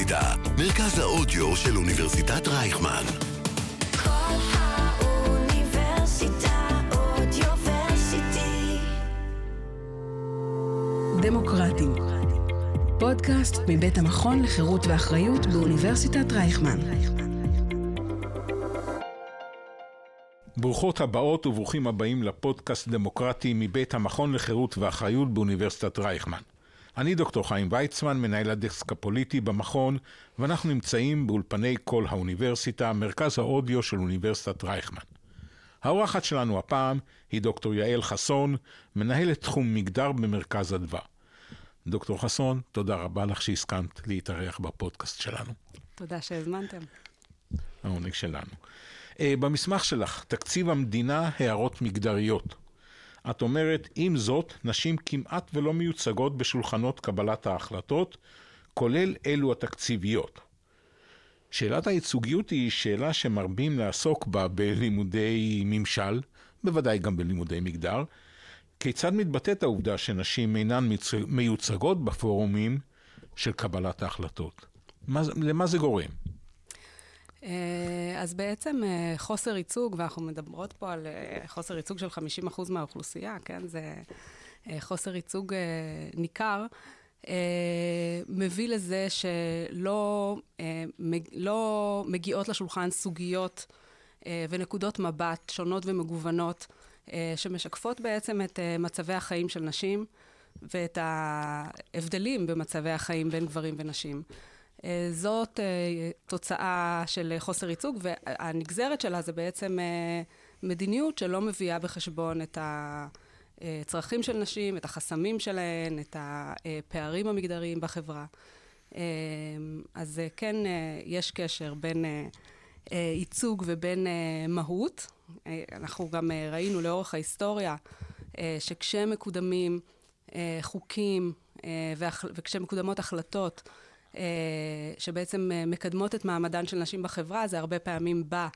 האוניברסיטה, מרכז האודיו של אוניברסיטת רייכמן. כל האוניברסיטה אודיוורסיטי. דמוקרטים. פודקאסט מבית המכון לחירות ואחריות באוניברסיטת רייכמן. ברוכות הבאות וברוכים הבאים לפודקאסט דמוקרטי מבית המכון לחירות ואחריות באוניברסיטת רייכמן. אני דוקטור חיים ויצמן, מנהל הדסק הפוליטי במכון, ואנחנו נמצאים באולפני כל האוניברסיטה, מרכז האודיו של אוניברסיטת רייכמן. האורחת שלנו הפעם היא דוקטור יעל חסון, מנהלת תחום מגדר במרכז אדווה. דוקטור חסון, תודה רבה לך שהסכמת להתארח בפודקאסט שלנו. תודה שהזמנתם. העונג שלנו. במסמך שלך, תקציב המדינה, הערות מגדריות. את אומרת, עם זאת, נשים כמעט ולא מיוצגות בשולחנות קבלת ההחלטות, כולל אלו התקציביות. שאלת הייצוגיות היא שאלה שמרבים לעסוק בה בלימודי ממשל, בוודאי גם בלימודי מגדר. כיצד מתבטאת העובדה שנשים אינן מיוצגות בפורומים של קבלת ההחלטות? למה זה גורם? אז בעצם חוסר ייצוג, ואנחנו מדברות פה על חוסר ייצוג של 50% מהאוכלוסייה, כן? זה חוסר ייצוג ניכר, מביא לזה שלא מגיעות לשולחן סוגיות ונקודות מבט שונות ומגוונות, שמשקפות בעצם את מצבי החיים של נשים, ואת ההבדלים במצבי החיים בין גברים ונשים. זאת תוצאה של חוסר ייצוג, והנגזרת שלה זה בעצם מדיניות שלא מביאה בחשבון את הצרכים של נשים, את החסמים שלהן, את הפערים המגדריים בחברה. אז כן, יש קשר בין ייצוג ובין מהות. אנחנו גם ראינו לאורך ההיסטוריה שכשמקודמים חוקים וכשמקודמות החלטות, שבעצם מקדמות את מעמדן של נשים בחברה, זה הרבה פעמים בא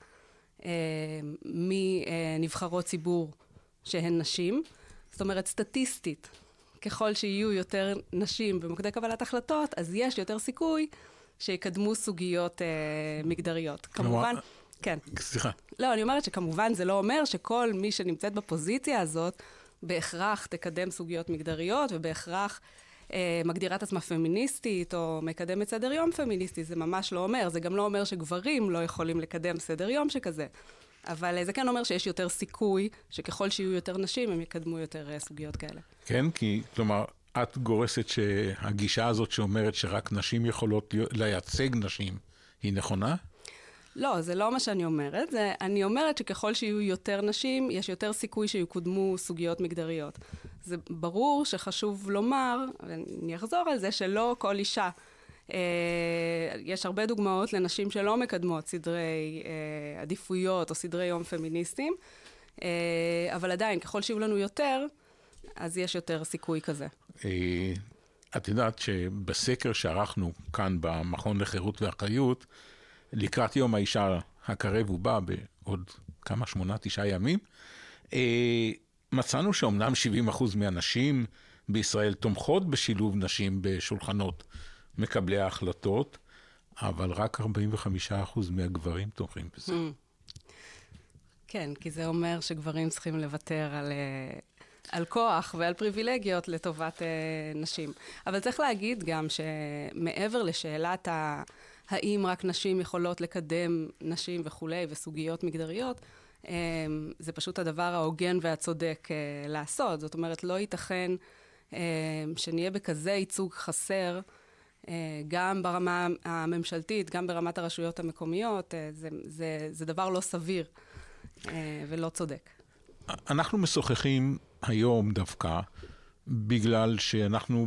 מנבחרות ציבור שהן נשים. זאת אומרת, סטטיסטית, ככל שיהיו יותר נשים במוקדי קבלת החלטות, אז יש יותר סיכוי שיקדמו סוגיות מגדריות. כמובן, כן. סליחה. לא, אני אומרת שכמובן זה לא אומר שכל מי שנמצאת בפוזיציה הזאת, בהכרח תקדם סוגיות מגדריות, ובהכרח מגדירה את עצמה פמיניסטית, או מקדמת סדר יום פמיניסטי, זה ממש לא אומר. זה גם לא אומר שגברים לא יכולים לקדם סדר יום שכזה. אבל זה כן אומר שיש יותר סיכוי, שככל שיהיו יותר נשים, הם יקדמו יותר סוגיות כאלה. כן, כי, כלומר, את גורסת שהגישה הזאת שאומרת שרק נשים יכולות לייצג נשים, היא נכונה? לא, זה לא מה שאני אומרת. אני אומרת שככל שיהיו יותר נשים, יש יותר סיכוי שיקודמו סוגיות מגדריות. זה ברור שחשוב לומר, אני אחזור על זה, שלא כל אישה, יש הרבה דוגמאות לנשים שלא מקדמות סדרי עדיפויות או סדרי יום פמיניסטיים, אבל עדיין, ככל שיהיו לנו יותר, אז יש יותר סיכוי כזה. את יודעת שבסקר שערכנו כאן במכון לחירות ואחריות, לקראת יום האישה הקרב ובא בעוד כמה 8-9 ימים, מצאנו שאומנם 70% מהנשים בישראל תומכות בשילוב נשים בשולחנות מקבלי ההחלטות, אבל רק 45% מהגברים תומכים בזה. כן, כי זה אומר שגברים צריכים לוותר על כוח ועל פריבילגיות לטובת נשים. אבל צריך להגיד גם שמעבר לשאלת האם רק נשים יכולות לקדם נשים וכולי וסוגיות מגדריות, זה פשוט הדבר ההוגן והצודק לעשות. זאת אומרת, לא ייתכן שנהיה בכזה ייצוג חסר, גם ברמה הממשלתית, גם ברמת הרשויות המקומיות, זה דבר לא סביר ולא צודק. אנחנו משוחחים היום דווקא, בגלל שאנחנו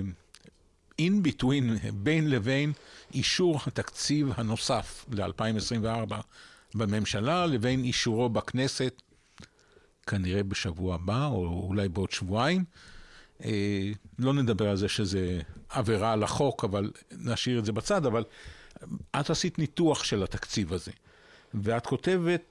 in between, בין לבין אישור התקציב הנוסף ל-2024 בממשלה, לבין אישורו בכנסת, כנראה בשבוע הבא, או אולי בעוד שבועיים. לא נדבר על זה שזה עבירה על החוק, אבל נשאיר את זה בצד, אבל את עשית ניתוח של התקציב הזה, ואת כותבת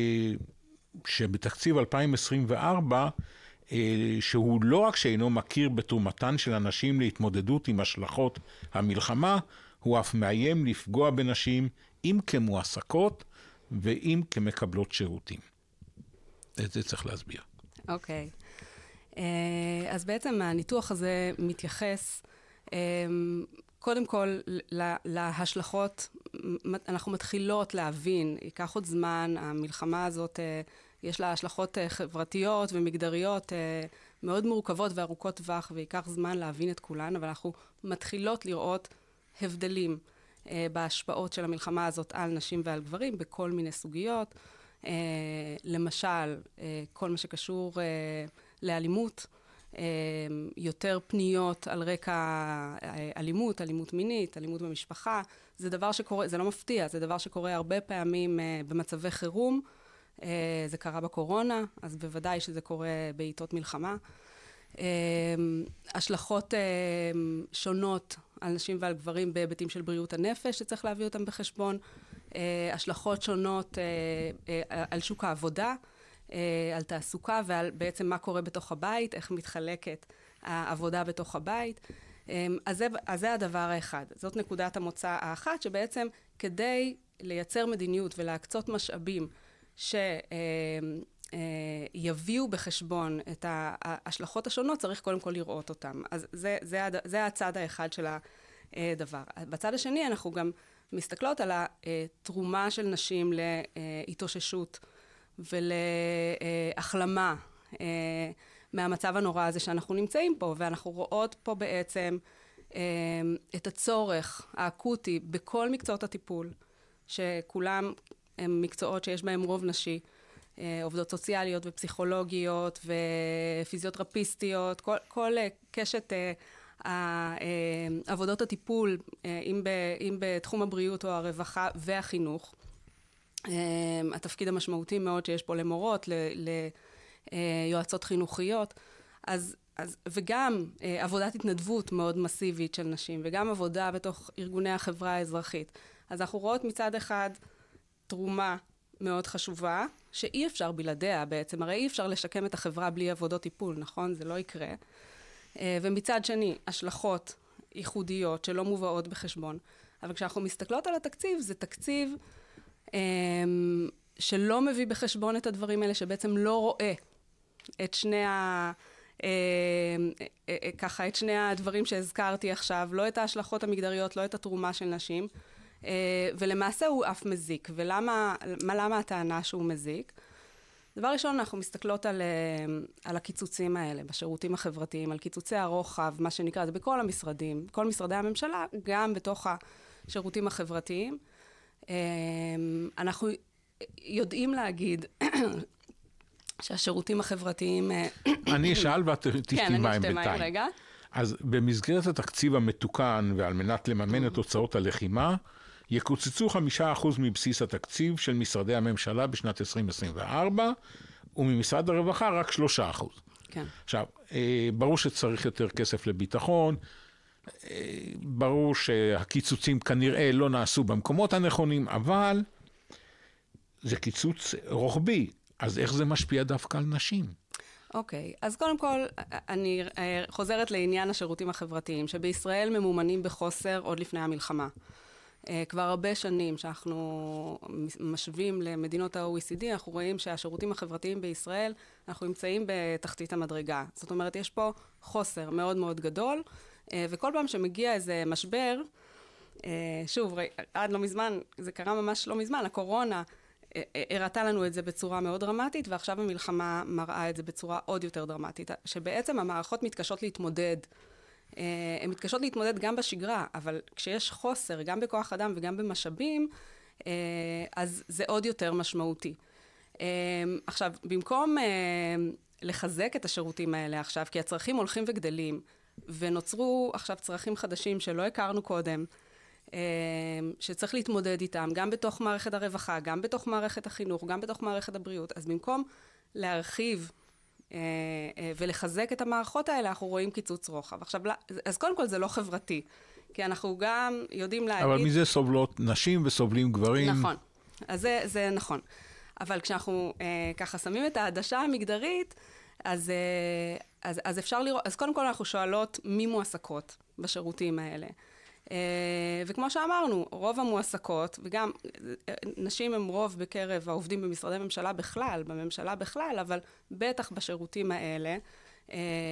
שבתקציב 2024, שהוא לא רק שאינו מכיר בתרומתן של אנשים להתמודדות עם השלכות המלחמה, הוא אף מאיים לפגוע בנשים אם כמועסקות ואם כמקבלות שירותים. את זה צריך להסביר. אוקיי. אז בעצם הניתוח הזה מתייחס קודם כל להשלכות. אנחנו מתחילות להבין, ייקח עוד זמן, המלחמה הזאת יש לה השלכות חברתיות ומגדריות מאוד מורכבות וארוכות טווח, ויקח זמן להבין את כולן, אבל אנחנו מתחילות לראות הבדלים בהשפעות של המלחמה הזאת על נשים ועל גברים בכל מיני סוגיות. למשל, כל מה שקשור לאלימות, יותר פניות על רקע אלימות, אלימות מינית, אלימות במשפחה. זה דבר שקורה, זה לא מפתיע, זה דבר שקורה הרבה פעמים במצבי חירום. זה קרה בקורונה, אז בוודאי שזה קורה בעיתות מלחמה. השלכות שונות על נשים ועל גברים בהיבטים של בריאות הנפש, שצריך להביא אותם בחשבון. השלכות שונות על שוק העבודה, על תעסוקה ועל בעצם מה קורה בתוך הבית, איך מתחלקת העבודה בתוך הבית. אז זה הדבר האחד. זאת נקודת המוצא האחת, שבעצם כדי לייצר מדיניות ולהקצות משאבים שיביאו בחשבון את ההשלכות השונות, צריך קודם כל לראות אותם. אז זה הצד האחד של הדבר. בצד השני אנחנו גם מסתכלות על התרומה של נשים להתאוששות ולהחלמה מהמצב הנורא הזה שאנחנו נמצאים פה, ואנחנו רואות פה בעצם את הצורך האקוטי בכל מקצועות הטיפול, שכולם הם מקצועות שיש בהם רוב נשי, עובדות סוציאליות ופסיכולוגיות ופיזיותרפיסטיות, כל קשת עבודות הטיפול, אם בתחום הבריאות או הרווחה והחינוך. התפקיד המשמעותי מאוד שיש פה למורות, ליועצות חינוכיות, וגם עבודת התנדבות מאוד מסיבית של נשים, וגם עבודה בתוך ארגוני החברה האזרחית. אז אנחנו רואות מצד אחד תרומה מאוד חשובה, שאי אפשר בלעדיה בעצם, הרי אי אפשר לשקם את החברה בלי עבודות טיפול, נכון? זה לא יקרה. ומצד שני, השלכות ייחודיות שלא מובאות בחשבון. אבל כשאנחנו מסתכלות על התקציב, זה תקציב שלא מביא בחשבון את הדברים האלה, שבעצם לא רואה את שני הדברים שהזכרתי עכשיו, לא את ההשלכות המגדריות, לא את התרומה של נשים, ולמעשה הוא אף מזיק. ולמה הטענה שהוא מזיק? דבר ראשון, אנחנו מסתכלות על הקיצוצים האלה בשירותים החברתיים, על קיצוצי הרוחב, מה שנקרא, זה בכל המשרדים, כל משרדי הממשלה, גם בתוך השירותים החברתיים. אנחנו יודעים להגיד שהשירותים החברתיים... אני אשאל ואת תשתי מים בינתיים. כן, אני אשתה מים רגע. אז במסגרת התקציב המתוקן, ועל מנת לממן את הוצאות הלחימה, יקוצצו 5% מבסיס התקציב של משרדי הממשלה בשנת 2024, וממשרד הרווחה רק 3%. כן. עכשיו, ברור שצריך יותר כסף לביטחון, ברור שהקיצוצים כנראה לא נעשו במקומות הנכונים, אבל זה קיצוץ רוחבי, אז איך זה משפיע דווקא על נשים? אוקיי, אז קודם כל, אני חוזרת לעניין השירותים החברתיים, שבישראל ממומנים בחוסר עוד לפני המלחמה. כבר הרבה שנים שאנחנו משווים למדינות ה-OECD, אנחנו רואים שהשירותים החברתיים בישראל, אנחנו נמצאים בתחתית המדרגה. זאת אומרת, יש פה חוסר מאוד מאוד גדול, וכל פעם שמגיע איזה משבר, שוב, עד לא מזמן, זה קרה ממש לא מזמן, הקורונה הראתה לנו את זה בצורה מאוד דרמטית, ועכשיו המלחמה מראה את זה בצורה עוד יותר דרמטית, שבעצם המערכות מתקשות להתמודד, הן מתקשות להתמודד גם בשגרה, אבל כשיש חוסר, גם בכוח אדם וגם במשאבים, אז זה עוד יותר משמעותי. עכשיו, במקום לחזק את השירותים האלה עכשיו, כי הצרכים הולכים וגדלים, ונוצרו עכשיו צרכים חדשים שלא הכרנו קודם, שצריך להתמודד איתם, גם בתוך מערכת הרווחה, גם בתוך מערכת החינוך, גם בתוך מערכת הבריאות. אז במקום להרחיב ולחזק את המערכות האלה, אנחנו רואים קיצוץ רוחב. עכשיו, אז קודם כל זה לא חברתי, כי אנחנו גם יודעים להגיד... אבל מזה סובלות נשים וסובלים גברים. נכון, אז זה נכון. אבל כשאנחנו ככה שמים את העדשה המגדרית, אז אפשר לראות, אז קודם כל אנחנו שואלות מי מועסקות בשירותים האלה. וכמו שאמרנו, רוב המועסקות, וגם נשים הם רוב בקרב העובדים במשרדי ממשלה בכלל, בממשלה בכלל, אבל בטח בשירותים האלה, 75%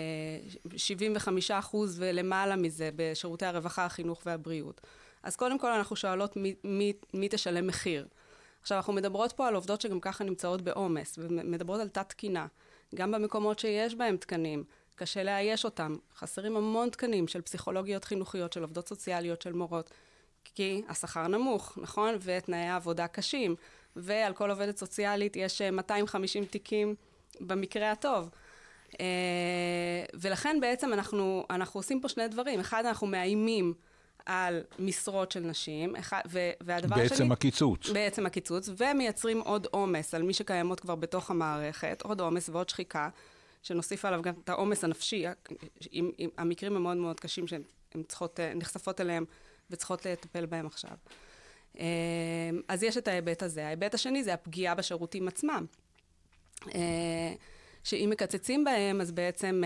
ולמעלה מזה בשירותי הרווחה, החינוך והבריאות. אז קודם כל אנחנו שואלות מי תשלם מחיר. עכשיו אנחנו מדברות פה על עובדות שגם ככה נמצאות בעומס, ומדברות על תת תקינה. גם במקומות שיש בהם תקנים, קשה לאייש אותם. חסרים המון תקנים של פסיכולוגיות חינוכיות, של עובדות סוציאליות, של מורות, כי השכר נמוך, נכון? ותנאי העבודה קשים, ועל כל עובדת סוציאלית יש 250 תיקים במקרה הטוב. ולכן בעצם אנחנו עושים פה שני דברים. אחד, אנחנו מאיימים על משרות של נשים, והדבר השני... בעצם הקיצוץ. בעצם הקיצוץ, ומייצרים עוד עומס על מי שקיימות כבר בתוך המערכת, עוד עומס ועוד שחיקה, שנוסיף עליו גם את העומס הנפשי, המקרים הם מאוד מאוד קשים שהן צריכות, נחשפות אליהם וצריכות לטפל בהם עכשיו. אז יש את ההיבט הזה. ההיבט השני זה הפגיעה בשירותים עצמם. שאם מקצצים בהם, אז בעצם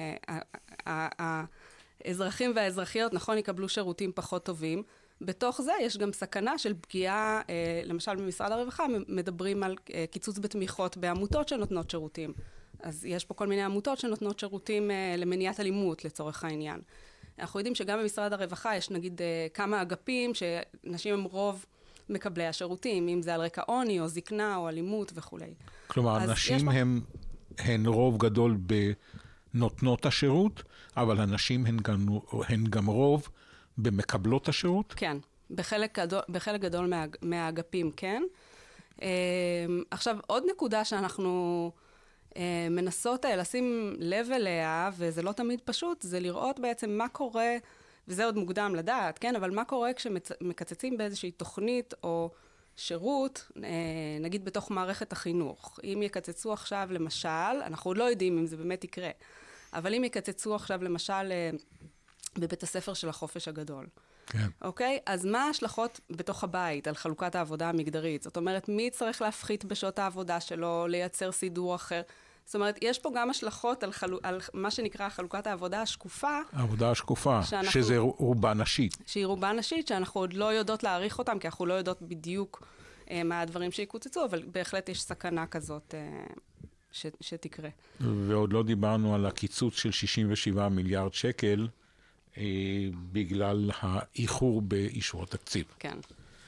האזרחים והאזרחיות, נכון, יקבלו שירותים פחות טובים. בתוך זה יש גם סכנה של פגיעה, למשל במשרד הרווחה, מדברים על קיצוץ בתמיכות בעמותות שנותנות שירותים. אז יש פה כל מיני עמותות שנותנות שירותים למניעת אלימות לצורך העניין. אנחנו יודעים שגם במשרד הרווחה יש נגיד כמה אגפים שנשים הם רוב מקבלי השירותים, אם זה על רקע עוני או זקנה או אלימות וכו'. כלומר, נשים הן רוב גדול בנותנות השירות, אבל הנשים הן גם רוב במקבלות השירות? כן, בחלק גדול מהאגפים, כן. עכשיו, עוד נקודה שאנחנו מנסות לשים לב אליה, וזה לא תמיד פשוט, זה לראות בעצם מה קורה, וזה עוד מוקדם לדעת, כן? אבל מה קורה כשמקצצים באיזושהי תוכנית או שירות, נגיד בתוך מערכת החינוך. אם יקצצו עכשיו למשל, אנחנו עוד לא יודעים אם זה באמת יקרה, אבל אם יקצצו עכשיו למשל בבית הספר של החופש הגדול. כן. אוקיי? אז מה ההשלכות בתוך הבית על חלוקת העבודה המגדרית? זאת אומרת, מי צריך להפחית בשעות העבודה שלו, לייצר סידור אחר? זאת אומרת, יש פה גם השלכות על מה שנקרא חלוקת העבודה השקופה. העבודה השקופה, שזה רובה נשית. שהיא רובה נשית, שאנחנו עוד לא יודעות להעריך אותם, כי אנחנו לא יודעות בדיוק מה הדברים שיקוצצו, אבל בהחלט יש סכנה כזאת שתקרה. ועוד לא דיברנו על הקיצוץ של 67 מיליארד שקל, בגלל האיחור באישור התקציב. כן.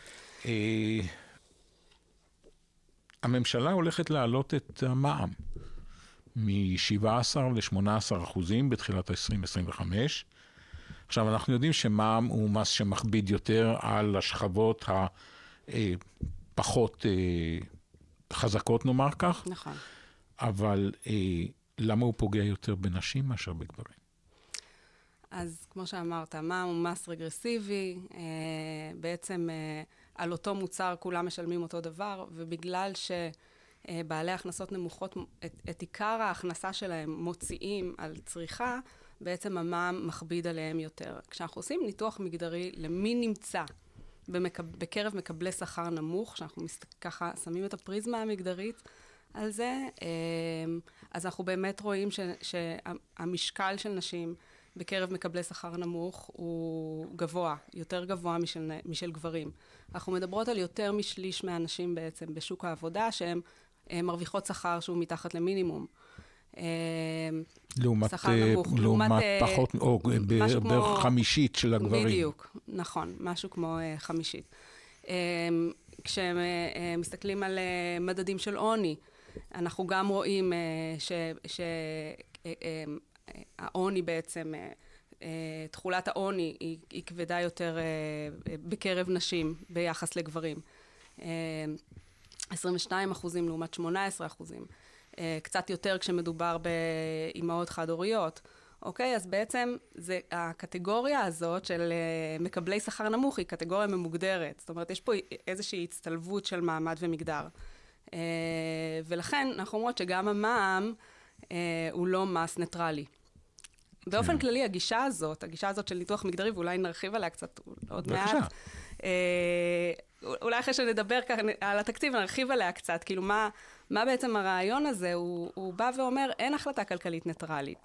הממשלה הולכת להעלות את המע"מ מ-17% ל-18% בתחילת 2025. עכשיו, אנחנו יודעים שמע"מ הוא מס שמכביד יותר על השכבות הפחות חזקות, נאמר כך. נכון. אבל למה הוא פוגע יותר בנשים מאשר בגברים? אז כמו שאמרת, מע"מ הוא מס רגרסיבי, בעצם על אותו מוצר כולם משלמים אותו דבר, ובגלל שבעלי הכנסות נמוכות, את עיקר ההכנסה שלהם מוציאים על צריכה, בעצם המע"מ מכביד עליהם יותר. כשאנחנו עושים ניתוח מגדרי למי נמצא בקרב מקבלי שכר נמוך, שאנחנו ככה שמים את הפריזמה המגדרית על זה, אז אנחנו באמת רואים שהמשקל של נשים בקרב מקבלי שכר נמוך הוא גבוה, יותר גבוה משל גברים. אנחנו מדברות על יותר משליש מהנשים בעצם בשוק העבודה, שהן מרוויחות שכר שהוא מתחת למינימום. לעומת פחות, או בערך חמישית של הגברים. בדיוק, נכון, משהו כמו חמישית. כשמסתכלים על מדדים של עוני, אנחנו גם רואים העוני בעצם, תחולת העוני היא כבדה יותר בקרב נשים ביחס לגברים. 22% לעומת 18%. קצת יותר כשמדובר באימהות חד-הוריות. אוקיי? אז בעצם הקטגוריה הזאת של מקבלי שכר נמוך היא קטגוריה ממוגדרת. זאת אומרת, יש פה איזושהי הצטלבות של מעמד ומגדר. ולכן אנחנו אומרות שגם המע"מ הוא לא מס ניטרלי. באופן כללי, הגישה הזאת של ניתוח מגדרי, ואולי נרחיב עליה קצת עוד מעט. אולי אחרי שנדבר על התקציב, נרחיב עליה קצת. כאילו, מה בעצם הרעיון הזה? הוא בא ואומר, אין החלטה כלכלית ניטרלית.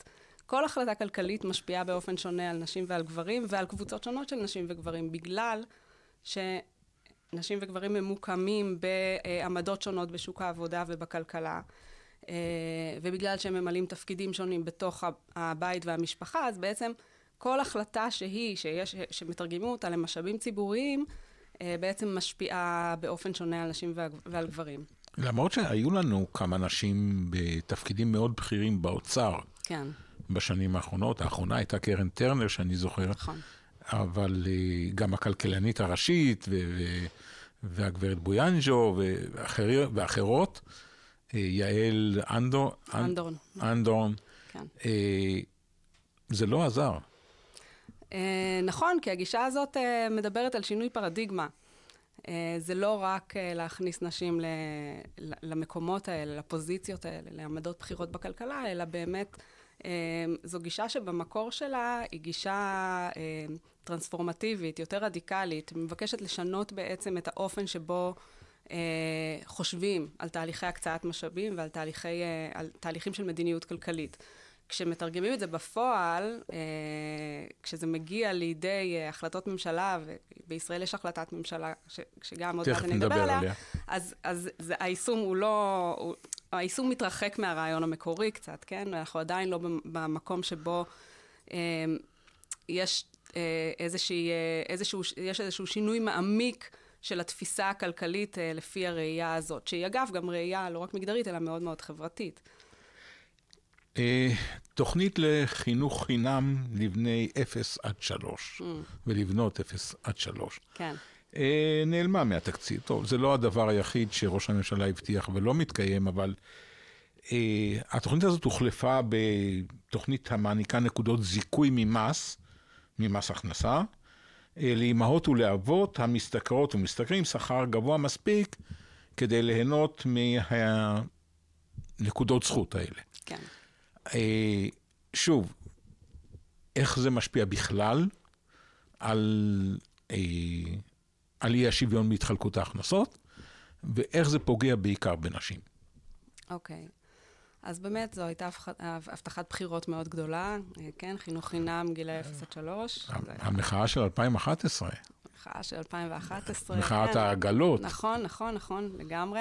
כל החלטה כלכלית משפיעה באופן שונה על נשים ועל גברים, ועל קבוצות שונות של נשים וגברים, בגלל שנשים וגברים ממוקמים בעמדות שונות בשוק העבודה ובכלכלה, ובגלל שהם ממלאים תפקידים שונים בתוך הבית והמשפחה, אז בעצם כל החלטה שמתרגמים אותה למשאבים ציבוריים, בעצם משפיעה באופן שונה על נשים ועל גברים. למרות שהיו לנו כמה נשים בתפקידים מאוד בכירים באוצר. כן. בשנים האחרונות. האחרונה הייתה קרן טרנר, שאני זוכר. נכון. אבל גם הכלכלנית הראשית, והגברת בויאנג'ו, ואחרות, יעל אנדורן. כן. זה לא עזר. נכון, כי הגישה הזאת מדברת על שינוי פרדיגמה. זה לא רק להכניס נשים למקומות האלה, לפוזיציות האלה, לעמדות בחירות בכלכלה, אלא באמת זו גישה שבמקור שלה היא גישה טרנספורמטיבית, יותר רדיקלית, מבקשת לשנות בעצם את האופן שבו חושבים על תהליכי הקצאת משאבים ועל תהליכים של מדיניות כלכלית. כשמתרגמים את זה בפועל, כשזה מגיע לידי החלטות ממשלה, ובישראל יש החלטת ממשלה, שגם עוד מעט אני אדבר עליה, אז היישום הוא לא, היישום מתרחק מהרעיון המקורי קצת, כן? אנחנו עדיין לא במקום שבו יש איזשהו שינוי מעמיק של התפיסה הכלכלית לפי הראייה הזאת, שהיא אגב גם ראייה לא רק מגדרית, אלא מאוד מאוד חברתית. תוכנית לחינוך חינם לבני 0 עד 3, ולבנות 0 עד 3. כן. נעלמה מהתקציב. טוב, זה לא הדבר היחיד שראש הממשלה הבטיח ולא מתקיים, אבל התוכנית הזאת הוחלפה בתוכנית המעניקה נקודות זיכוי ממס הכנסה, לאמהות ולאבות המשתכרות ומשתכרים שכר גבוה מספיק, כדי ליהנות מהנקודות זכות האלה. כן. שוב, איך זה משפיע בכלל על אי השוויון בהתחלקות ההכנסות, ואיך זה פוגע בעיקר בנשים. אוקיי. אז באמת זו הייתה הבטחת בחירות מאוד גדולה, כן, חינוך חינם גילי 0 עד 3. המחאה של 2011. המחאה של 2011. מחאת העגלות. נכון, לגמרי.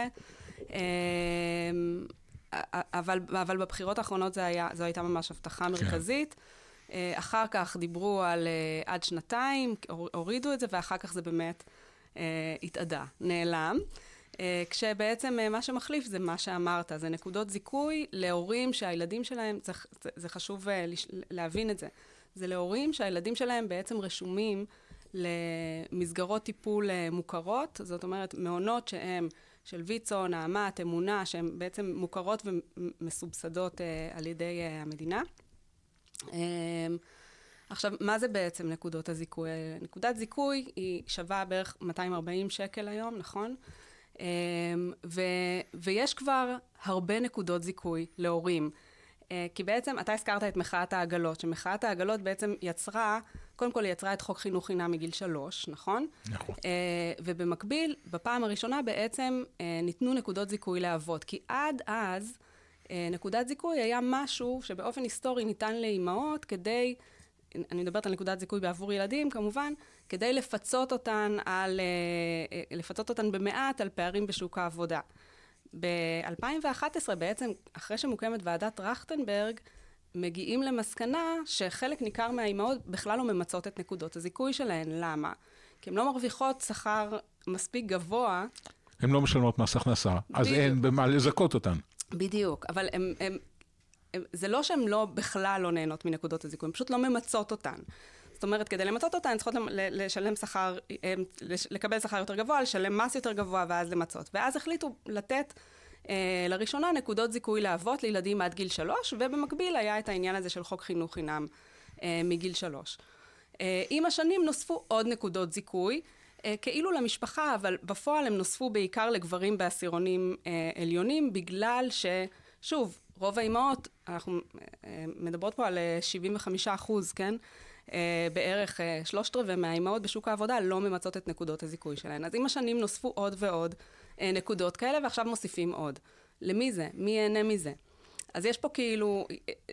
אבל בבחירות האחרונות זו הייתה ממש הבטחה מרכזית. אחר כך דיברו על עד 2, הורידו את זה, ואחר כך זה באמת התאדה, נעלם. כשבעצם מה שמחליף זה מה שאמרת, זה נקודות זיכוי להורים שהילדים שלהם, זה חשוב להבין את זה, זה להורים שהילדים שלהם בעצם רשומים למסגרות טיפול מוכרות, זאת אומרת מעונות שהם של ויצו, נעמת, אמונה, שהן בעצם מוכרות ומסובסדות על ידי המדינה. עכשיו, מה זה בעצם נקודות הזיכוי? נקודת זיכוי היא שווה בערך 240 שקל היום, נכון? ויש כבר הרבה נקודות זיכוי להורים. כי בעצם, אתה הזכרת את מחאת העגלות, שמחאת העגלות בעצם יצרה, קודם כל יצרה את חוק חינוך חינם מגיל 3, נכון? נכון. ובמקביל, בפעם הראשונה בעצם ניתנו נקודות זיכוי לאבות, כי עד אז נקודת זיכוי היה משהו שבאופן היסטורי ניתן לאימהות כדי, אני מדברת על נקודת זיכוי בעבור ילדים כמובן, כדי לפצות אותן במעט על פערים בשוק העבודה. ב-2011 בעצם, אחרי שמוקמת ועדת טרכטנברג, מגיעים למסקנה שחלק ניכר מהאימהות בכלל לא ממצות את נקודות הזיכוי שלהן. למה? כי הן לא מרוויחות שכר מספיק גבוה. הן לא משלמות מס הכנסה, אז אין במה לזכות אותן. בדיוק, אבל זה לא שהן בכלל לא נהנות מנקודות הזיכוי, הן פשוט לא ממצות אותן. זאת אומרת, כדי למצות אותן, הן צריכות לשלם שכר, לקבל שכר יותר גבוה, לשלם מס יותר גבוה, ואז למצות. ואז החליטו לתת לראשונה נקודות זיכוי לאבות לילדים עד גיל 3, ובמקביל היה את העניין הזה של חוק חינוך חינם מגיל 3. עם השנים נוספו עוד נקודות זיכוי, כאילו למשפחה, אבל בפועל הם נוספו בעיקר לגברים בעשירונים עליונים, בגלל ששוב, רוב האימהות, אנחנו מדברות פה על 75%, כן? בערך 3/4 מהאימהות בשוק העבודה לא ממצות את נקודות הזיכוי שלהן. אז עם השנים נוספו עוד ועוד נקודות כאלה, ועכשיו מוסיפים עוד. למי זה? מי ייהנה מזה? אז יש פה כאילו,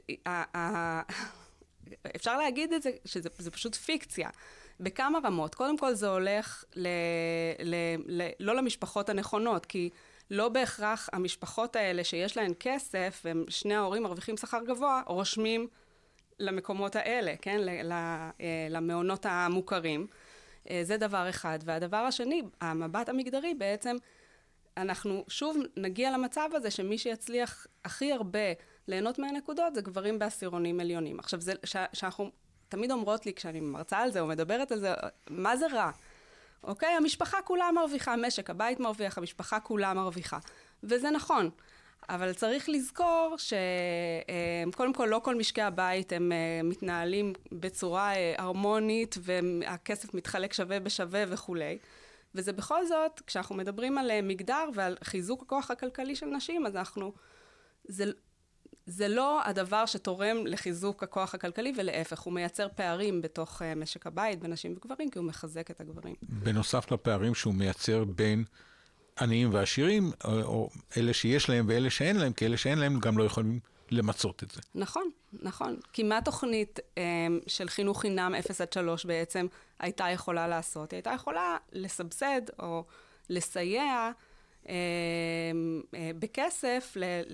אפשר להגיד את זה, שזה פשוט פיקציה. בכמה רמות. קודם כל זה הולך לא למשפחות הנכונות, כי לא בהכרח המשפחות האלה שיש להן כסף, ושני ההורים מרוויחים שכר גבוה, רושמים למקומות האלה, כן? למעונות המוכרים. זה דבר אחד. והדבר השני, המבט המגדרי בעצם, אנחנו שוב נגיע למצב הזה שמי שיצליח הכי הרבה ליהנות מהנקודות זה גברים בעשירונים עליונים. עכשיו, זה שאנחנו תמיד אומרות לי כשאני מרצה על זה או מדברת על זה, מה זה רע? אוקיי? המשפחה כולה מרוויחה, משק הבית מרוויח, המשפחה כולה מרוויחה. וזה נכון. אבל צריך לזכור שקודם כל לא כל משקי הבית הם מתנהלים בצורה הרמונית והכסף מתחלק שווה בשווה וכולי. וזה בכל זאת, כשאנחנו מדברים על מגדר ועל חיזוק הכוח הכלכלי של נשים, אז זה לא הדבר שתורם לחיזוק הכוח הכלכלי, ולהפך, הוא מייצר פערים בתוך משק הבית, בין נשים וגברים, כי הוא מחזק את הגברים. בנוסף לפערים שהוא מייצר בין עניים ועשירים, או אלה שיש להם ואלה שאין להם, כי אלה שאין להם גם לא יכולים למצות את זה. נכון, נכון. כי מה תוכנית של חינוך חינם 0-3 בעצם הייתה יכולה לעשות? היא הייתה יכולה לסבסד או לסייע בכסף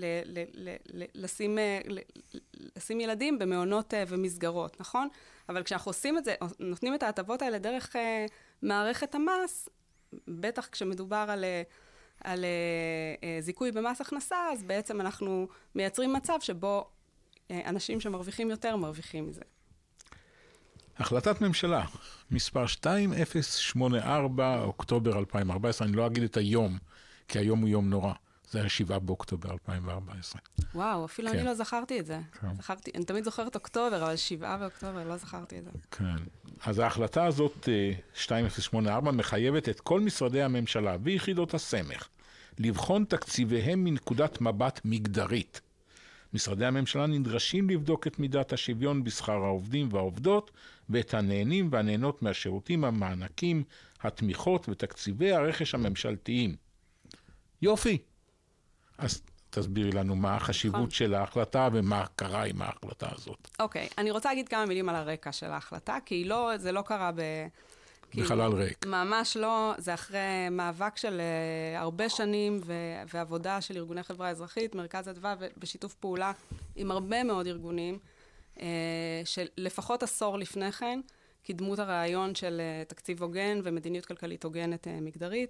לשים ילדים במעונות ומסגרות, נכון? אבל כשאנחנו עושים את זה, נותנים את ההטבות האלה דרך מערכת המס, בטח כשמדובר על זיכוי במס הכנסה, אז בעצם אנחנו מייצרים מצב שבו אנשים שמרוויחים יותר מרוויחים מזה. החלטת ממשלה, מספר 2084, אוקטובר 2014, אני לא אגיד את היום, כי היום הוא יום נורא. זה היה 7 באוקטובר 2014. וואו, אפילו אני לא זכרתי את זה. אני תמיד זוכרת אוקטובר, אבל 7 באוקטובר לא זכרתי את זה. כן. אז ההחלטה הזאת, 2084, מחייבת את כל משרדי הממשלה ויחידות הסמך לבחון תקציביהם מנקודת מבט מגדרית. משרדי הממשלה נדרשים לבדוק את מידת השוויון בשכר העובדים והעובדות, ואת הנהנים והנהנות מהשירותים, המענקים, התמיכות ותקציבי הרכש הממשלתיים. יופי. אז תסבירי לנו מה החשיבות של ההחלטה ומה קרה עם ההחלטה הזאת. אוקיי, אני רוצה להגיד כמה מילים על הרקע של ההחלטה, כי זה לא קרה בחלל ריק. ממש לא, זה אחרי מאבק של הרבה שנים ועבודה של ארגוני חברה אזרחית, מרכז אדווה, ובשיתוף פעולה עם הרבה מאוד ארגונים, שלפחות עשור לפני כן, קידמו את הרעיון של תקציב הוגן ומדיניות כלכלית הוגנת מגדרית.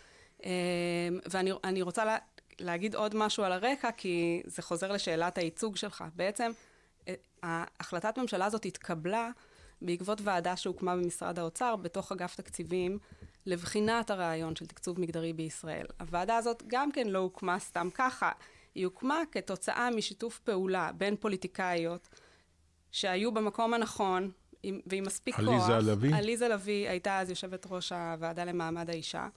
ואני רוצה להגיד עוד משהו על הרקע, כי זה חוזר לשאלת הייצוג שלך. בעצם, ההחלטת ממשלה הזאת התקבלה בעקבות ועדה שהוקמה במשרד האוצר, בתוך אגף תקציבים, לבחינת הרעיון של תקצוב מגדרי בישראל. הוועדה הזאת גם כן לא הוקמה סתם ככה, היא הוקמה כתוצאה משיתוף פעולה בין פוליטיקאיות, שהיו במקום הנכון, ועם מספיק כוח. עליזה לביא? עליזה לביא הייתה אז יושבת ראש הוועדה למעמד האישה.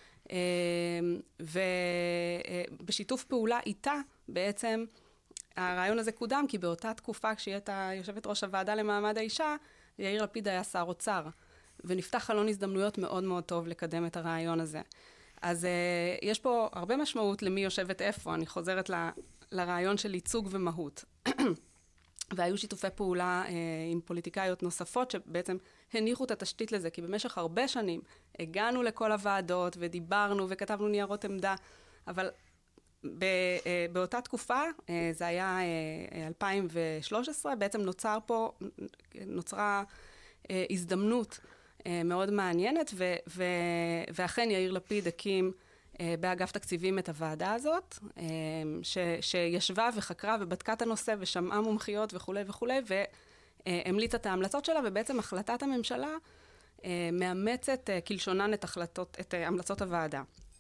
ובשיתוף פעולה איתה בעצם הרעיון הזה קודם, כי באותה תקופה כשהיא הייתה יושבת ראש הוועדה למעמד האישה, יאיר לפיד היה שר אוצר, ונפתח חלון הזדמנויות מאוד מאוד טוב לקדם את הרעיון הזה. אז יש פה הרבה משמעות למי יושבת איפה, אני חוזרת לרעיון של ייצוג ומהות. והיו שיתופי פעולה עם פוליטיקאיות נוספות שבעצם הניחו את התשתית לזה, כי במשך הרבה שנים הגענו לכל הוועדות ודיברנו וכתבנו ניירות עמדה, אבל באותה תקופה, זה היה 2013, בעצם נוצרה הזדמנות מאוד מעניינת, ואכן יאיר לפיד הקים באגף תקציבים את הוועדה הזאת, שישבה וחקרה ובדקה את הנושא ושמעה מומחיות וכו' וכו', והמליצה את ההמלצות שלה, ובעצם החלטת הממשלה מאמצת כלשונן את המלצות הוועדה.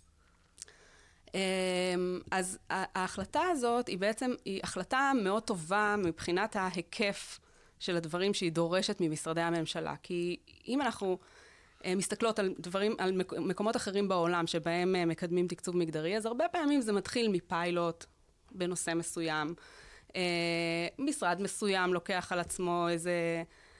אז ההחלטה הזאת היא בעצם, היא החלטה מאוד טובה מבחינת ההיקף של הדברים שהיא דורשת ממשרדי הממשלה, כי אם אנחנו מסתכלות על דברים, על מקומות אחרים בעולם שבהם מקדמים תקצוב מגדרי, אז הרבה פעמים זה מתחיל מפיילוט בנושא מסוים. משרד מסוים לוקח על עצמו איזה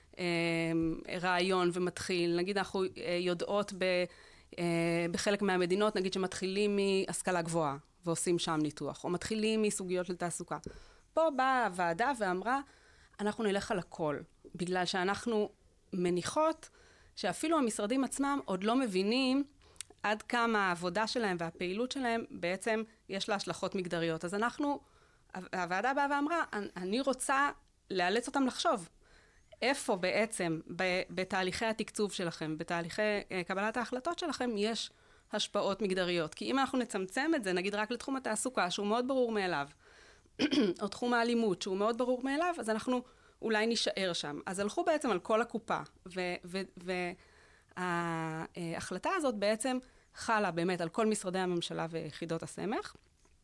רעיון ומתחיל. נגיד אנחנו יודעות בחלק מהמדינות, נגיד שמתחילים מהשכלה גבוהה ועושים שם ניתוח, או מתחילים מסוגיות של תעסוקה. פה באה הוועדה ואמרה, אנחנו נלך על הכל, בגלל שאנחנו מניחות שאפילו המשרדים עצמם עוד לא מבינים עד כמה העבודה שלהם והפעילות שלהם בעצם יש לה השלכות מגדריות. אז הוועדה באה ואמרה, אני רוצה לאלץ אותם לחשוב. איפה בעצם בתהליכי התקצוב שלכם, בתהליכי קבלת ההחלטות שלכם, יש השפעות מגדריות. כי אם אנחנו נצמצם את זה, נגיד רק לתחום התעסוקה, שהוא מאוד ברור מאליו, או תחום האלימות, שהוא מאוד ברור מאליו, אז אנחנו אולי נשאר שם. אז הלכו בעצם על כל הקופה, וההחלטה הזאת בעצם חלה באמת על כל משרדי הממשלה ויחידות הסמך,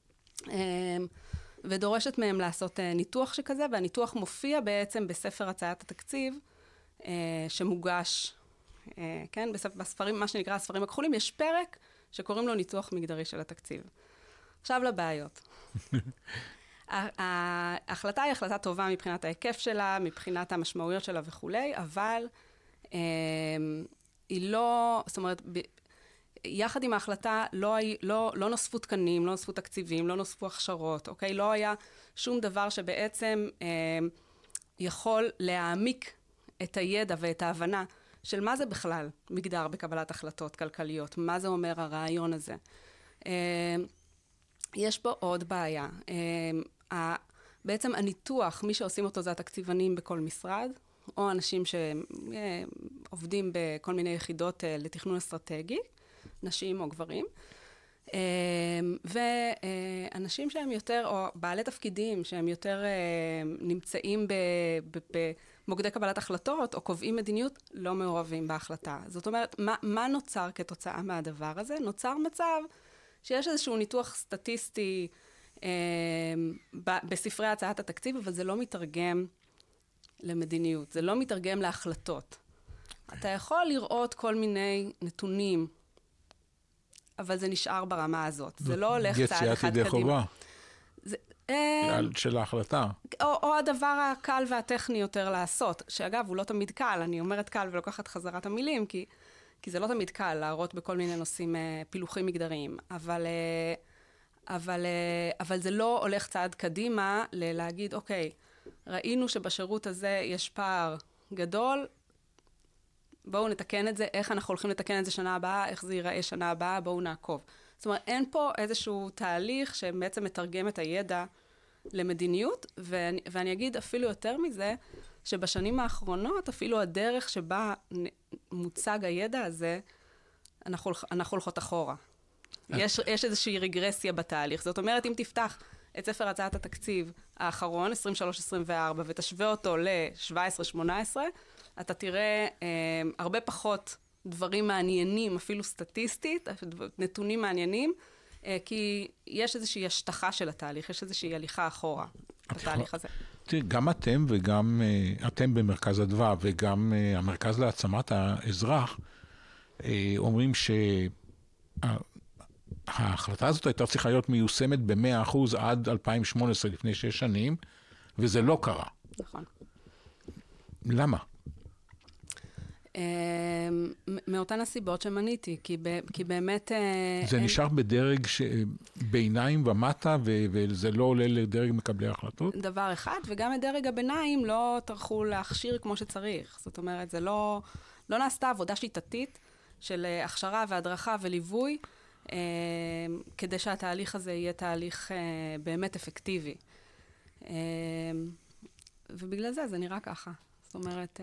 ודורשת מהם לעשות ניתוח שכזה, והניתוח מופיע בעצם בספר הצעת התקציב, שמוגש, כן, בספרים, מה שנקרא הספרים הכחולים, יש פרק שקוראים לו ניתוח מגדרי של התקציב. עכשיו לבעיות. ההחלטה היא החלטה טובה מבחינת ההיקף שלה, מבחינת המשמעויות שלה וכולי, אבל היא לא, זאת אומרת, יחד עם ההחלטה לא נוספו תקנים, לא נוספו תקציבים, לא נוספו הכשרות, אוקיי? לא היה שום דבר שבעצם יכול להעמיק את הידע ואת ההבנה של מה זה בכלל מגדר בקבלת החלטות כלכליות, מה זה אומר הרעיון הזה. יש פה עוד בעיה. בעצם הניתוח, מי שעושים אותו זה התקציבנים בכל משרד, או אנשים שעובדים בכל מיני יחידות לתכנון אסטרטגי, נשים או גברים, ואנשים שהם יותר, או בעלי תפקידים שהם יותר נמצאים במוקדי קבלת החלטות, או קובעים מדיניות, לא מעורבים בהחלטה. זאת אומרת, מה נוצר כתוצאה מהדבר הזה? נוצר מצב שיש איזשהו ניתוח סטטיסטי בספרי הצעת התקציב, אבל זה לא מתרגם למדיניות, זה לא מתרגם להחלטות. אתה יכול לראות כל מיני נתונים, אבל זה נשאר ברמה הזאת. זה לא הולך צעד אחד קדימה. של ההחלטה. או הדבר הקל והטכני יותר לעשות, שאגב, הוא לא תמיד קל, אני אומרת קל ולוקחת חזרת המילים, כי זה לא תמיד קל להראות בכל מיני נושאים פילוחים מגדריים, אבל זה לא הולך צעד קדימה להגיד, אוקיי, ראינו שבשירות הזה יש פער גדול, בואו נתקן את זה, איך אנחנו הולכים לתקן את זה שנה הבאה, איך זה ייראה שנה הבאה, בואו נעקוב. זאת אומרת, אין פה איזשהו תהליך שבעצם מתרגם את הידע למדיניות, ואני אגיד אפילו יותר מזה, שבשנים האחרונות, אפילו הדרך שבה מוצג הידע הזה, אנחנו הולכות אחורה. יש איזושהי רגרסיה בתהליך. זאת אומרת, אם תפתח את ספר הצעת התקציב האחרון, 23-24, ותשווה אותו ל-17-18, אתה תראה הרבה פחות דברים מעניינים, אפילו סטטיסטית, נתונים מעניינים, כי יש איזושהי השטחה של התהליך, יש איזושהי הליכה אחורה בתהליך הזה. גם אתם וגם אתם במרכז אדווה וגם המרכז להעצמת האזרח, אומרים שההחלטה הזאת הייתה צריכה להיות מיושמת ב-100% עד 2018, לפני 6 שנים, וזה לא קרה. נכון. למה? מאותן הסיבות שמניתי, כי באמת... זה נשאר בדרג ביניים ומטה, וזה לא עולה לדרג מקבלי החלטות? דבר אחד, וגם את דרג הביניים לא טרחו להכשיר כמו שצריך. זאת אומרת, זה לא נעשתה עבודה שיטתית של הכשרה והדרכה וליווי, כדי שהתהליך הזה יהיה תהליך באמת אפקטיבי. ובגלל זה נראה ככה. זאת אומרת...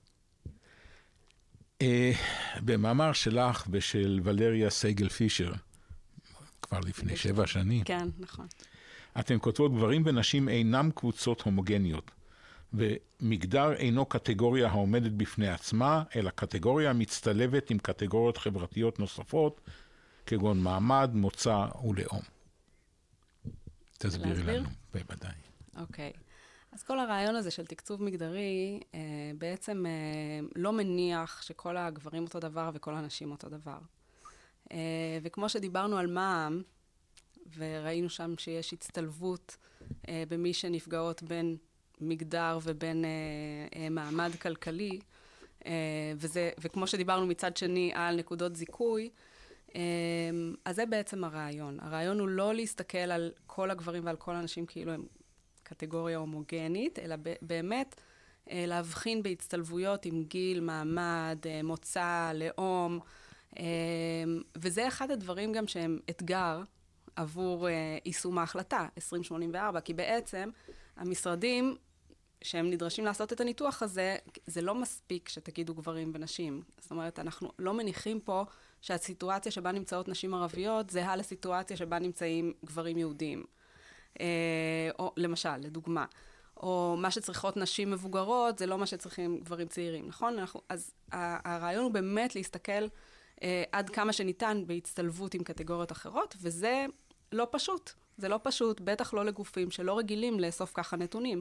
במאמר שלך ושל ולריה סייגל פישר, כבר לפני 7 שנים. כן, נכון. אתן כותבות, גברים ונשים אינם קבוצות הומוגניות, ומגדר אינו קטגוריה העומדת בפני עצמה, אלא קטגוריה מצטלבת עם קטגוריות חברתיות נוספות, כגון מעמד, מוצא ולאום. תסבירי לנו, בוודאי. אוקיי. אז כל הרעיון הזה של תקצוב מגדרי בעצם לא מניח שכל הגברים אותו דבר וכל הנשים אותו דבר. וכמו שדיברנו על מע"מ, וראינו שם שיש הצטלבות במי שנפגעות בין מגדר ובין מעמד כלכלי, וכמו שדיברנו מצד שני על נקודות זיכוי, אז זה בעצם הרעיון. הרעיון הוא לא להסתכל על כל הגברים ועל כל הנשים כאילו הם קטגוריה הומוגנית, אלא באמת להבחין בהצטלבויות עם גיל, מעמד, מוצא, לאום, וזה אחד הדברים גם שהם אתגר עבור יישום ההחלטה 2084, כי בעצם המשרדים שהם נדרשים לעשות את הניתוח הזה, זה לא מספיק שתגידו גברים ונשים. זאת אומרת, אנחנו לא מניחים פה שהסיטואציה שבה נמצאות נשים ערביות זהה לסיטואציה שבה נמצאים גברים יהודים. או למשל, לדוגמה. או מה שצריכות נשים מבוגרות, זה לא מה שצריכים גברים צעירים, נכון? אז הרעיון הוא באמת להסתכל עד כמה שניתן בהצטלבות עם קטגוריות אחרות, וזה לא פשוט. זה לא פשוט, בטח לא לגופים שלא רגילים לאסוף ככה נתונים.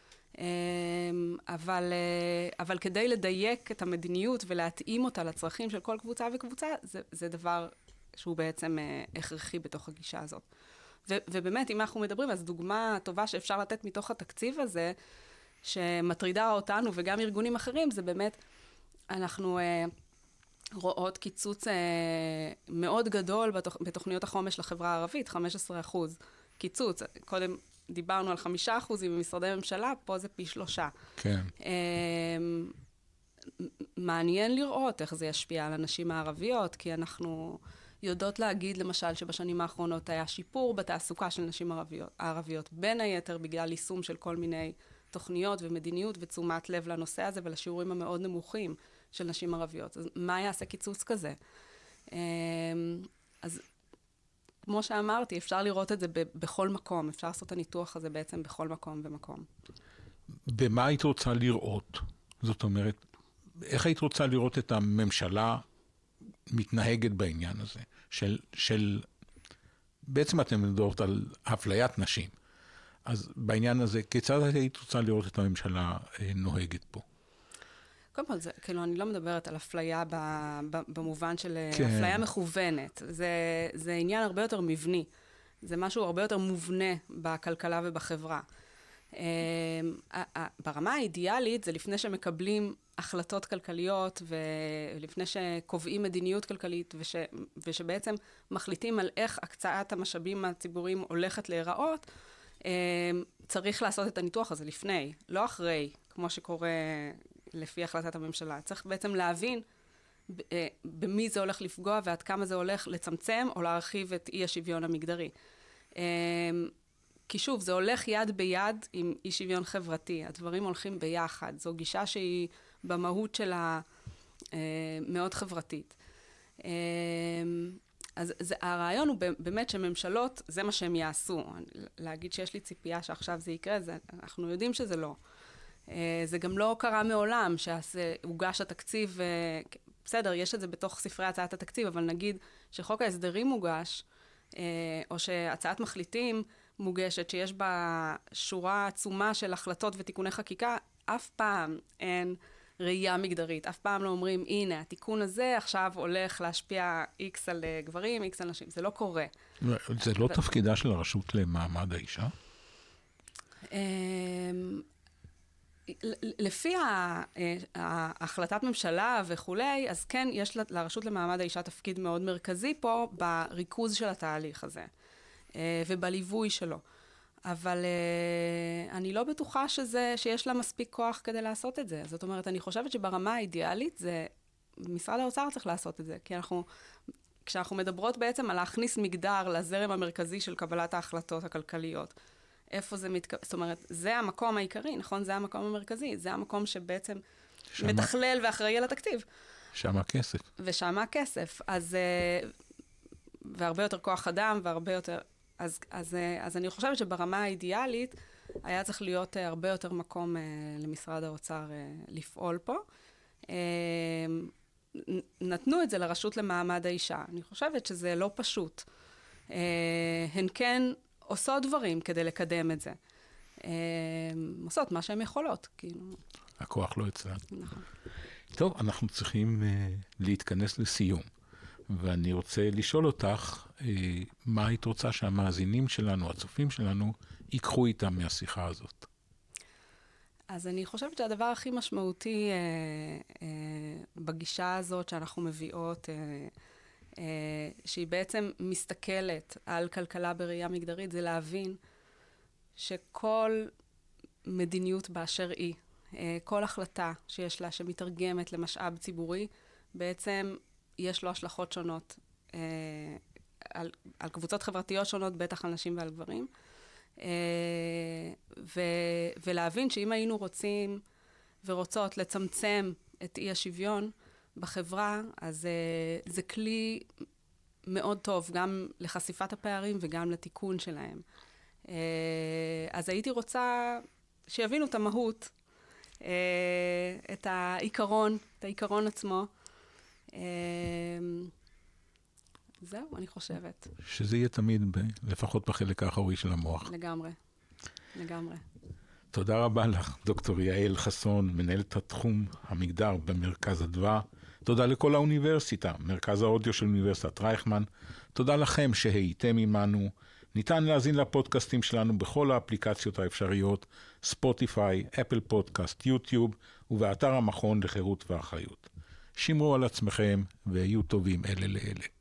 אבל כדי לדייק את המדיניות ולהתאים אותה לצרכים של כל קבוצה וקבוצה, זה דבר שהוא בעצם הכרחי בתוך הגישה הזאת. ובאמת, אם אנחנו מדברים, אז דוגמה טובה שאפשר לתת מתוך התקציב הזה, שמטרידה אותנו וגם ארגונים אחרים, זה באמת, אנחנו רואות קיצוץ מאוד גדול בתוכניות החומש לחברה הערבית, 15% קיצוץ. קודם דיברנו על 5% במשרדי ממשלה, פה זה פי 3. כן. מעניין לראות איך זה ישפיע על הנשים הערביות, כי אנחנו יודעות להגיד, למשל, שבשנים האחרונות היה שיפור בתעסוקה של נשים הערביות, בין היתר בגלל יישום של כל מיני תוכניות ומדיניות ותשומת לב לנושא הזה ולשיעורים המאוד נמוכים של נשים ערביות. אז מה יעשה קיצוץ כזה? אז כמו שאמרתי, אפשר לראות את זה בכל מקום, אפשר לעשות את הניתוח הזה בעצם בכל מקום ומקום. במה היית רוצה לראות? זאת אומרת, איך היית רוצה לראות את הממשלה מתנהגת בעניין הזה? בעצם אתם מדברות על אפליית נשים. אז בעניין הזה, כיצד היית רוצה לראות את הממשלה נוהגת פה? קודם כל, כאילו, אני לא מדברת על אפליה במובן של אפליה מכוונת. זה עניין הרבה יותר מבני. זה משהו הרבה יותר מובנה בכלכלה ובחברה. ברמה האידיאלית, זה לפני שמקבלים החלטות כלכליות, ולפני שקובעים מדיניות כלכלית, ושבעצם מחליטים על איך הקצאת המשאבים הציבוריים הולכת להיראות, צריך לעשות את הניתוח הזה לפני, לא אחרי, כמו שקורה לפי החלטת הממשלה. צריך בעצם להבין במי זה הולך לפגוע, ועד כמה זה הולך לצמצם או להרחיב את אי השוויון המגדרי. כי שוב, זה הולך יד ביד עם אי שוויון חברתי. הדברים הולכים ביחד. זו גישה שהיא במהות שלה מאוד חברתית. אז הרעיון הוא באמת שממשלות, זה מה שהם יעשו. להגיד שיש לי ציפייה שעכשיו זה יקרה, אנחנו יודעים שזה לא. זה גם לא קרה מעולם שהוגש התקציב, בסדר, יש את זה בתוך ספרי הצעת התקציב, אבל נגיד שחוק ההסדרים מוגש, או שהצעת מחליטים מוגשת, שיש בה שורה עצומה של החלטות ותיקוני חקיקה, אף פעם אין ראייה מגדרית. אף פעם לא אומרים, הנה, התיקון הזה עכשיו הולך להשפיע X על גברים, X על נשים. זה לא קורה. זה לא תפקידה של הרשות למעמד האישה? לפי החלטת ממשלה וכולי, אז כן, יש לרשות למעמד האישה תפקיד מאוד מרכזי פה, בריכוז של התהליך הזה, ובליווי שלו. אבל אני לא בטוחה שיש לה מספיק כוח כדי לעשות את זה. זאת אומרת, אני חושבת שברמה האידיאלית, משרד האוצר צריך לעשות את זה, כי כשאנחנו מדברות בעצם על להכניס מגדר לזרם המרכזי של קבלת ההחלטות הכלכליות, איפה זה זאת אומרת, זה המקום העיקרי, נכון? זה המקום המרכזי, זה המקום שבעצם מתכלל ואחראי על התקציב. שם הכסף. ושם הכסף. אז, והרבה יותר כוח אדם, והרבה יותר... אז אני חושבת שברמה האידיאלית, היה צריך להיות הרבה יותר מקום למשרד האוצר לפעול פה. נתנו את זה לרשות למעמד האישה. אני חושבת שזה לא פשוט. הן כן עושות דברים כדי לקדם את זה. עושות מה שהן יכולות, כאילו. הכוח לא אצלן. נכון. טוב, אנחנו צריכים להתכנס לסיום. ואני רוצה לשאול אותך, מה היית רוצה שהמאזינים שלנו, הצופים שלנו, ייקחו איתם מהשיחה הזאת? אז אני חושבת שהדבר הכי משמעותי בגישה הזאת שאנחנו מביאות, שהיא בעצם מסתכלת על כלכלה בראייה מגדרית, זה להבין שכל מדיניות באשר היא. כל החלטה שיש לה שמתרגמת למשאב ציבורי, בעצם יש לו השלכות שונות על קבוצות חברתיות שונות, בטח על נשים ועל גברים. ולהבין שאם היינו רוצים ורוצות לצמצם את אי השוויון בחברה, אז זה כלי מאוד טוב, גם לחשיפת הפערים וגם לתיקון שלהם. אז הייתי רוצה שיבינו את המהות, את העיקרון עצמו. זהו, אני חושבת. שזה יהיה תמיד, לפחות בחלק האחורי של המוח. לגמרי. תודה רבה לך, דוקטור יעל חסון, מנהלת התחום המגדר במרכז אדווה. תודה לכל האוניברסיטה, מרכז האודיו של אוניברסיטת רייכמן. תודה לכם שהייתם עמנו. ניתן להזין לפודקאסטים שלנו בכל האפליקציות האפשריות, ספוטיפיי, אפל פודקאסט, יוטיוב, ובאתר המכון לחירות ואחריות. שמרו על עצמכם והיו טובים אלה לאלה.